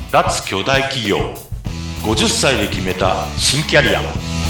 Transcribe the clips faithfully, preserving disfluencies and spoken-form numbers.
脱巨大企業ごじゅっさいで決めた新キャリア。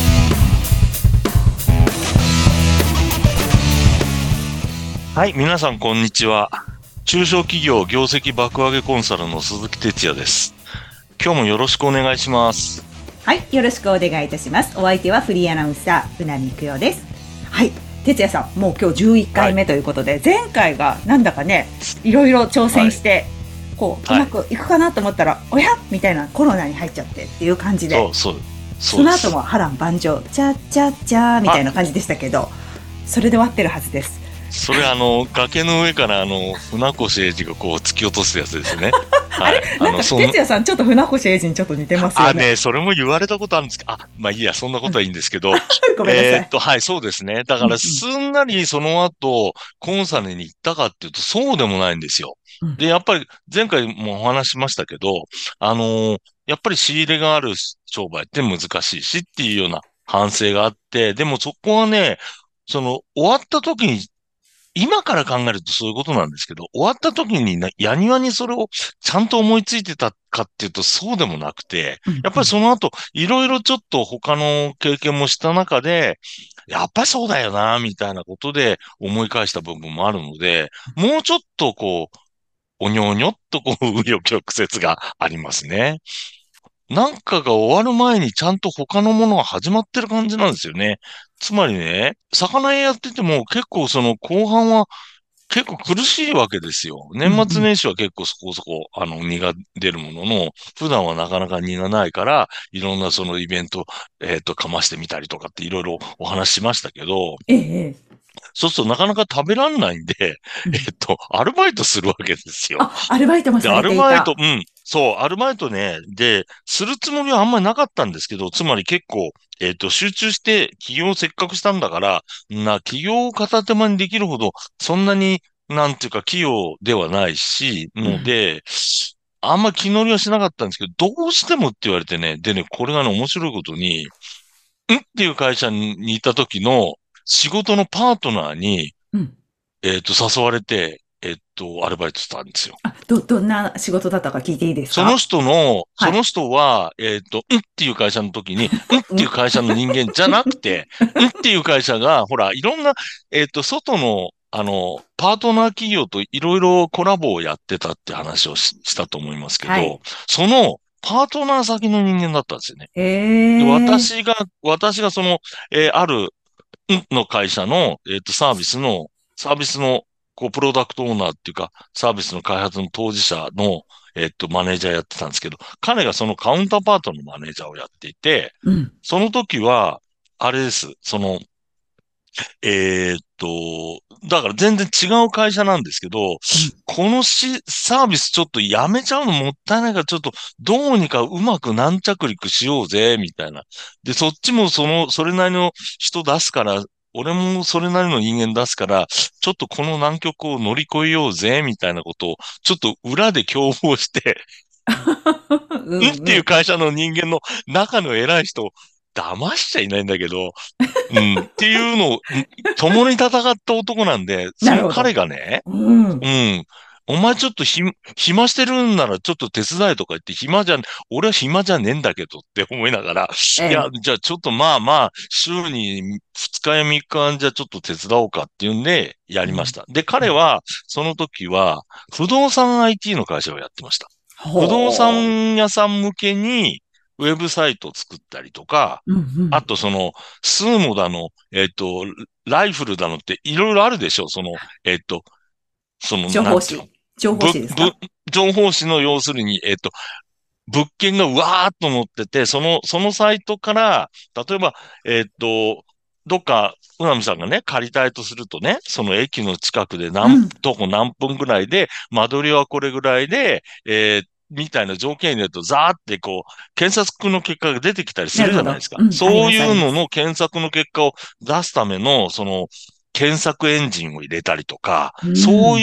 はい、皆さんこんにちは。中小企業業績爆上げコンサルの鈴木哲也です。今日もよろしくお願いします。 はい、よろしくお願いいたします。お相手はフリーアナウンサー船見育代です。はい、哲也さん、もう今日じゅういっかいめということで、はい、前回がなんだかね、いろいろ挑戦して、はい、こううまくいくかなと思ったら、はい、おやみたいなコロナに入っちゃってっていう感じで、 そうそうそその後も波乱万丈、チャッチャッチャーみたいな感じでしたけど、それで終わってるはずです。 それあの崖の上からあの船越英二がこう突き落とすやつですね。 はい、あれなんか哲也さんちょっと船越英二にちょっと似てますよね。 あね、それも言われたことあるんですけど、あ、まあいいや、そんなことはいいんですけど、 ごめんなさい。 えーっとはい、そうですね。だからすんなりその後コンサルに行ったかっていうとそうでもないんですよ。 うん、 でやっぱり前回もお話ししましたけど、あのーやっぱり仕入れがある商売って難しいしっていうような反省があって、でもそこはね、その終わった時に今から考えるとそういうことなんですけど、終わった時にな、やにわにそれをちゃんと思いついてたかっていうとそうでもなくて、やっぱりその後、いろいろちょっと他の経験もした中で、やっぱりそうだよな、みたいなことで思い返した部分もあるので、もうちょっとこう、おにょおにょっとこう、紆余曲折がありますね。なんかが終わる前にちゃんと他のものが始まってる感じなんですよね。つまりね、魚屋やってても結構その後半は結構苦しいわけですよ。年末年始は結構そこそこ、あの、荷が出るものの、普段はなかなか荷がないから、いろんなそのイベント、えっと、かましてみたりとかっていろいろお話ししましたけど、 ええ、 そうするとなかなか食べられないんで、 うん、 えっと、アルバイトするわけですよ。 あ、アルバイトもで、 されアルていた。 バイト、うん、そう、アルバイトね、で、するつもりはあんまりなかったんですけど、つまり結構、えっと、集中して起業をせっかくしたんだから、な、起業を片手間にできるほど、そんなに、なんていうか、器用ではないし、 うん、 ので、あんま気乗りはしなかったんですけど、どうしてもって言われてね、でね、これがね、面白いことに、んっていう会社にいた時の仕事のパートナーに、 うん、 えっと、誘われて、えっと、アルバイトしたんですよ。 あ、ど、どんな仕事だったか聞いていいですそのか？ 人の、 はい。 その人は、えっと、んっていう会社の時に、んっうん、 ていう会社の人間じゃなくて、んっていう会社が、ほら、いろんな、えっと、外の、あの、パートナー企業といろいろコラボをやってたって話をし、したと思いますけはい。 ど、その、パートナー先の人間だったんですよね。 へで、 え。 私が、私がその、えーある、んの会社の、えっと、サービスの、サービスの、こう、プロダクトオーナーっていうか、サービスの開発の当事者の、えっと、マネージャーやってたんですけど、彼がそのカウンターパートのマネージャーをやっていて、 うん。 その時は、あれです。その、えーっと、だから全然違う会社なんですけど、 うん。 このし、サービスちょっとやめちゃうのもったいないから、ちょっとどうにかうまく軟着陸しようぜ、みたいな。で、そっちもその、それなりの人出すから、俺もそれなりの人間出すから、ちょっとこの難局を乗り越えようぜ、みたいなことを、ちょっと裏で共謀して、 うんってんうん。 いう会社の人間の中の偉い人を騙しちゃいないんだけど、うん、っていうのを、ん共に戦った男なんで、そのなるほど。 彼がね、 うん。 うん、お前ちょっとひ、暇してるんならちょっと手伝いとか言って暇じゃん、俺は暇じゃねえんだけどって思いながら、いや、 ええ。 じゃあちょっとまあまあ、週にふつかやみっかじゃあちょっと手伝おうかっていうんでやうん。 りました。で、 うん。 彼は、その時は、不動産 アイティー の会社をやってました。不動ほう。 産屋さん向けに、ウェブサイトを作ったりとか、 うんうん。 あとその、スーモだの、えっと、ライフルだのっていろいろあるでしょその、えっと、その、 情報誌。 なんていうの情報ぶ、ぶ、 誌ですか？ 情報誌の要するに、えっと、物件がうわーっと載ってて、その、そのサイトから、例えば、えっと、どっか、うなみさんがね、借りたいとするとね、その駅の近くで何、 うん。 徒歩何分ぐらいで、間取りはこれぐらいで、えーみたいな条件入れると、ザーってこう、検索の結果が出てきたりすなるほど。 るじゃないですか。 うん。あります、あそういうります。 のの検索の結果を出すための、その、検索エンジンを入れたりとか、 うん。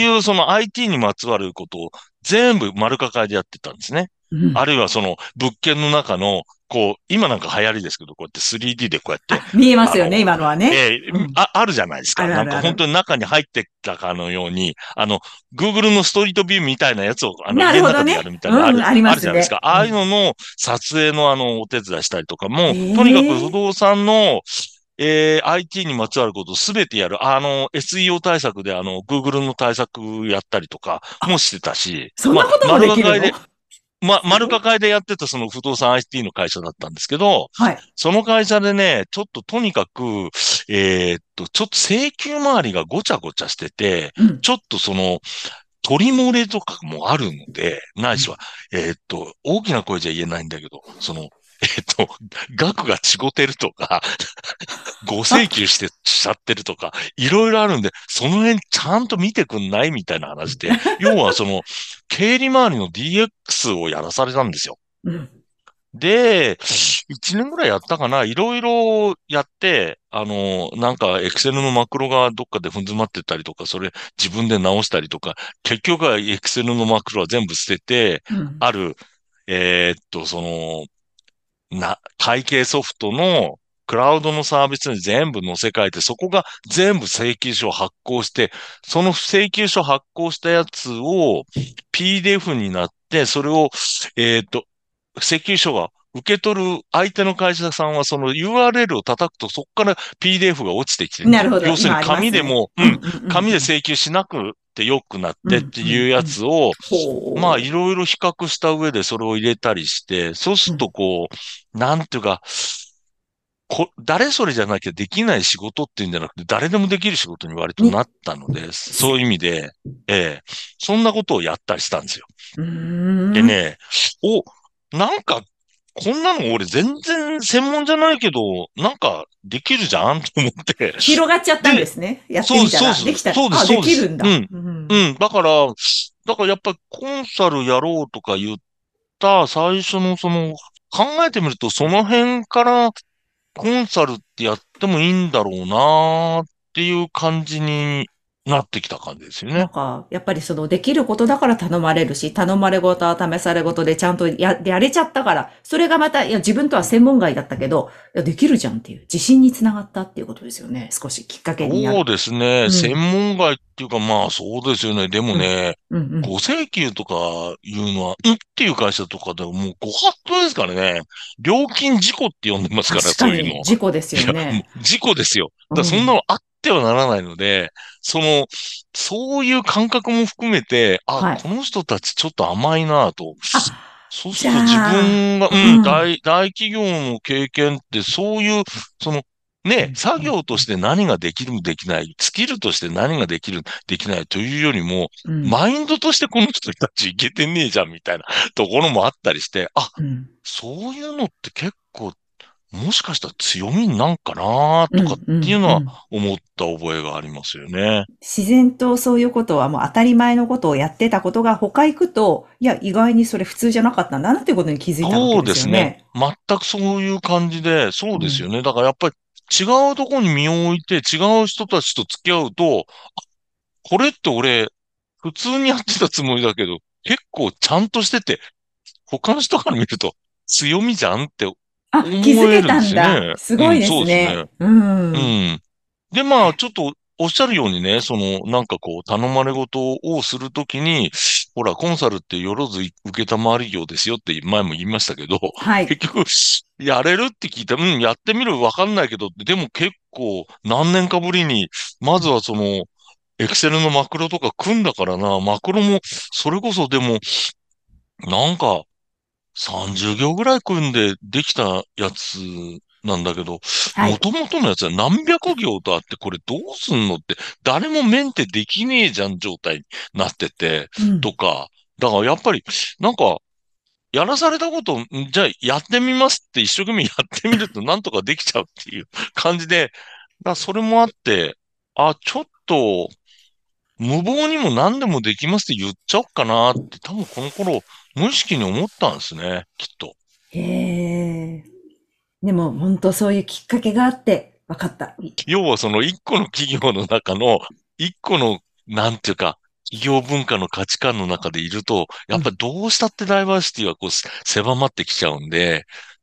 そういうその アイティー にまつわることを全部丸抱えでやってたんですね。 うん。 あるいはその物件の中のこう、今なんか流行りですけど、こうやって スリーディー でこうやって、 あ、見えますよね、 あの、 今のはね。 ええうん。 あ、あるじゃないですあか。なんかるあるある。 本当に中に入ってたかのように、あの、Google のストリートビューみたいなやつを、あの、 なる家の中でやほどね。 るみたいな、ある、 うん、ありまあるじゃないですか。 すね。 ああいううん。 のの撮影のあの、お手伝いしたりとかも、とにかく不ええ、 動産の、えー、アイティー にまつわることをすべてやる。あの、エスイーオー 対策であの、Google の対策やったりとかもしてたし、まあ、 そんなことも丸できるの？ がかりで、ま、 すごい。 丸抱えでやってたその不動産 アイティー の会社だったんですけど、 はい。 その会社でね、ちょっととにかく、えーっと、ちょっと請求周りがごちゃごちゃしてて、 うん。 ちょっとその、取り漏れとかもあるので、ないしは、えーっと、大きな声じゃ言えないんだけど、その、えーっと、額が違ってるとか、ご請求してしちゃってるとか、いろいろあるんで、その辺ちゃんと見てくんないみたいな話で、要はその、経理周りの ディーエックス をやらされたんですよ。 うん。 で、一年ぐらいやったかな、いろいろやって、あの、なんか、エクセルのマクロがどっかで踏ん詰まってたりとか、それ自分で直したりとか、結局はエクセルのマクロは全部捨てて、 うん。 ある、えーっと、その、な、会計ソフトのクラウドのサービスに全部載せ替えて、そこが全部請求書を発行して、その請求書発行したやつを ピーディーエフ になって、それを、えーっと、請求書が受け取る相手の会社さんはその ユーアールエル を叩くとそこから ピーディーエフ が落ちてきてるんですよ。 なるほど。 要するに今ありますね。 紙でも、うん、 うんうんうん紙でうん。 請求しなくてよくなっうん、 てってうん、 いうやうん。 つを、まあいほろいろ比較した上でそれを入れたりして、そうすう。うるとん。 こう、なんていうか、こ、誰それじゃなきゃできない仕事っていうんじゃなくて、誰でもできる仕事に割とに、 なったので、 すそういう意味で、ええ、そんなことをやったりしたんですよ。 うーん。 でね、お、なんか、こんなの俺全然専門じゃないけど、なんかできるじゃんと思って。 広がっちゃったんでで、 すね。やってそうです、 みたら。 そうです、 できた。 そうです、 あ、でそうです。 きるんだ。 うん。 うん。 うん。だから、だからやっぱりコンサルやろうとか言った最初のその、考えてみるとその辺からコンサルってやってもいいんだろうなっていう感じになってきた感じですよね。 なんか、やっぱりその、できることだから頼まれるし、頼まれごとは試されごとでちゃんとや、やれちゃったから、それがまた、いや、自分とは専門外だったけど、いや、できるじゃんっていう、自信につながったっていうことですよね。少しきっかけになる。 そうですね。専うん。 門外っていうか、まあそうですよね。でもうん。 ね、 うんうん。 ご請求とかいうのは、んっていう会社とかでももうご法度ですからね。料金事故って呼んでますから、 確かに、 そういうの。い事故ですよや、もね。 う事故ですよ。だからそんなうん。 のあってはならないので、その、そういう感覚も含めて、あ、 はい。 この人たちちょっと甘いなと。 あ、 そうすじると自ゃあ、 分が、 ううん、 ん。 大、大企業の経験ってそういう、その、ね、 うん、 作うん、 業として何ができる、できない、スキルとして何ができる、できないというよりも、 うん、 マインドとしてこの人たちいけてねえじゃんみたいなところもあったりして、あ、 うん、 そういうのって結構、もしかしたら強みなんかなとかっうん、うん、 ていうのはうん。 思った覚えがありますよね。 自然とそういうことはもう当たり前のことをやってたことが他行くと、いや、意外にそれ普通じゃなかったんだなっていうことに気づいたわけでそうですね。 すよね。 全くそういう感じで、そううん。 ですよね。だからやっぱり違うところに身を置いて違う人たちと付き合うと、これって俺、普通にやってたつもりだけど、結構ちゃんとしてて、他の人から見ると強みじゃんってあ、気づけ思えるんでたんだ。 すよね。うん、 すごいでそうですね。 すね。うん。 うん。で、まあ、ちょっとおっしゃるようにね、その、なんかこう、頼まれ事をするときに、ほら、コンサルってよろず受けたまわり業ですよって前も言いましたけど、 はい。 結局、やれるって聞いたら、うん、やってみるわかんないけど、でも結構何年かぶりに、まずはその、エクセルのマクロとか組んだからな、マクロも、それこそでも、なんか、さんじゅう行ぐらい組んでできたやつなんだけど、 はい。 元々のやつは何百行とあって、これどうすんのって、誰もメンテできねえじゃん状態になってて、 うん。 とか、だからやっぱり、なんか、やらされたことを、んじゃあやってみますって一生懸命やってみるとなんとかできちゃうっていう感じで、だからそれもあって、あ、ちょっと、無謀にも何でもできますって言っちゃおうかなって多分この頃無意識に思ったんですね、きっと。 へえ。でも、本当そういうきっかけがあって、わかった。い要はその一個の企業の中の一個の、なんていうか、企業文化の価値観の中でいると、やうん。 っぱりどうしたってダイバーシティはこう狭まってきちゃうんで、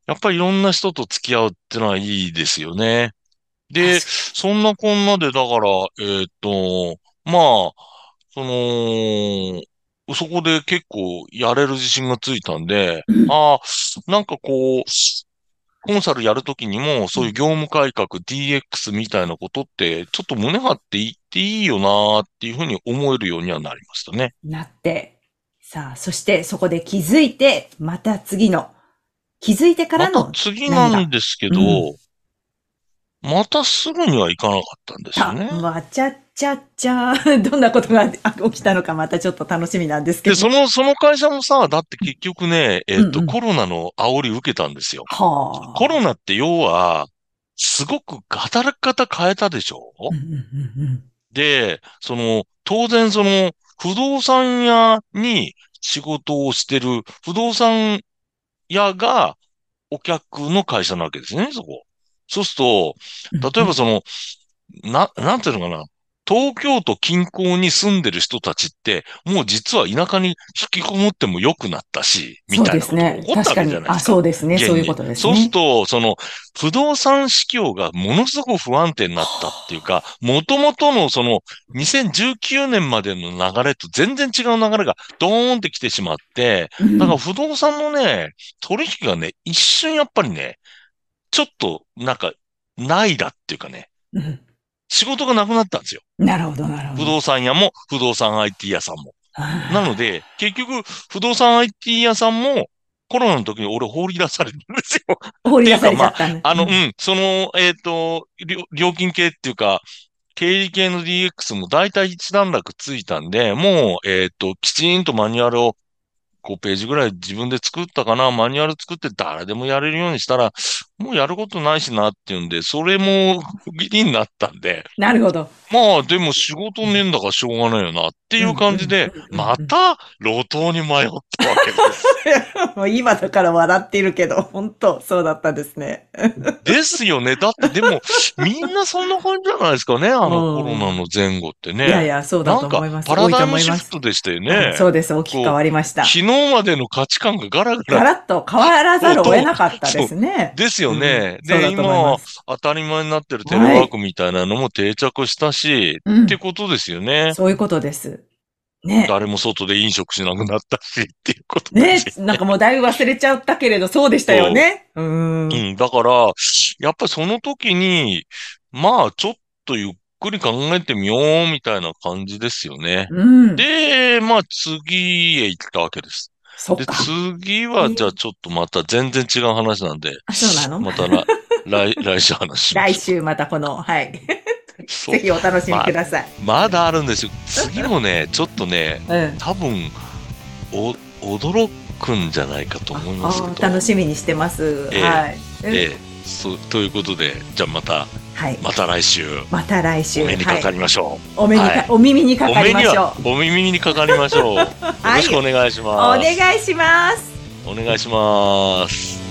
やっぱりいろんな人と付き合うってのはいいですよね。で、 確かそんなこんなで、だから、えっと、まあ、その、そこで結構やれる自信がついたんで、 に。うん。 ああ、なんかこう、コンサルやるときにも、 うん。 そういう業務改革、ディーエックス みたいなことって、ちょっと胸張って言っていいよなーっていうふうに思えるようにはなりましたね。 なって。さあ、そしてそこで気づいて、また次の、気づいてかまたらの次な何が。 んですけうん。 ど、またすぐにはいかなかったんですよた、 ね。 わちゃっちゃっちゃ、どんなことがあ起きたのかまたちょっと楽しみなんですけで、 ど。 その、その会社もさ、だって結局ね、えっと、 うんうん。 コロナの煽り受けたんですよ。コロはあ。 ナって要は、すごく働き方変えたでしょ？ うんうんうんうん。 で、その、当然その、不動産屋に仕事をしてる不動産屋がお客の会社なわけですね、そこ。そうすると、例えばうんうん。 その、な、なんていうのかな。東京都近郊に住んでる人たちって、もう実は田舎に引きこもっても良くなったし、みそうたいなことがですね。 起こったわけじゃ確かに。あ、 ないですか。 そうですね。 現に。 そういうことですね。 そうすると、その、不動産市況がものすごく不安定になったっていうか、元々のその、にせんじゅうきゅうねんまでの流れと全然違う流れがドーンって来てしまって、だからうん。 不動産のね、取引がね、一瞬やっぱりね、ちょっと、なんか、ないだっていうかね、 うん。 仕事がなくなったんですよ。 なるほど、なるほど。 不動産屋も、不動産 アイティー 屋さんも。なのあで、結局、不動産 アイティー 屋さんも、コロナの時に俺放り出されたんですよ。 ー放り出さっていうか、まあ、 れちゃったね。 あの、ううん。 ん、その、えっと、料料金系っていうか、経理系の ディーエックス も大体一段落ついたんで、もう、えっと、きちんとマニュアルをごページぐらい自分で作ったかな、マニュアル作って誰でもやれるようにしたら、もうやることないしなっていうんで、それも区切りになったんで、 なるほど。 まあ、でも仕事ねえんだからしょうがないよなっていううん、うん、 感じで、 うん、うん。うん。 また路頭に迷ったわけです。 もう今だから笑っているけど、本当そうだったんですね。 ですよね。だってでも、みんなそんな感じじゃないですかね。あうのコロナん。 の前後ってね。 いやいや、そうだとなんか、 思います。 パラ多いとダイムシフ思います。 トでしたようん、 ね。 そうです。大きく変こう、 わりました。 昨日までの価値観がガラガラガラッと変わらざるを得と、 なかったでそう、 すね。 ですようん。 ね。で、 そうだと思いま今、 す。 当たり前になってるテレはい。 ワークみたいなのも定着したし、ってうん。 ことですよね。 そういうことです。ね。 誰も外で飲食しなくなったし、っていうことですね。 よね。 なんかもうだいぶ忘れちゃったけれど、そうでしたよそね。うう。 ん。 うん。だから、やっぱりその時に、まあ、ちょっとゆっくり考えてみよう、みたいな感じですよね。 うん。 で、まあ、次へ行ったわけです。で、 そっか。 次は、じゃあえーちょっとまた全然違う話なんで、 あ、そうなの？ また来、来、来週話しましょうか。 来週またこの、はい。 そう。 ぜひお楽しみまあ、 ください。 まだあるんですよ。次もね、ちょっとね、 うん。 多分、お、驚くんじゃないかと思いますけあ、楽ど。 しみにしてます。 ええ、 はい。うん。 ええ、そう、ということで、じゃあまた、 はい。 また来週、 また来お週、はい。 目にかかりましょおう。 目にか、 はい。 お耳にかかりお目には、 ましょう。 お耳にかかりましょう。よろはい。 しくお願いしおます。 願いします。 お願いします。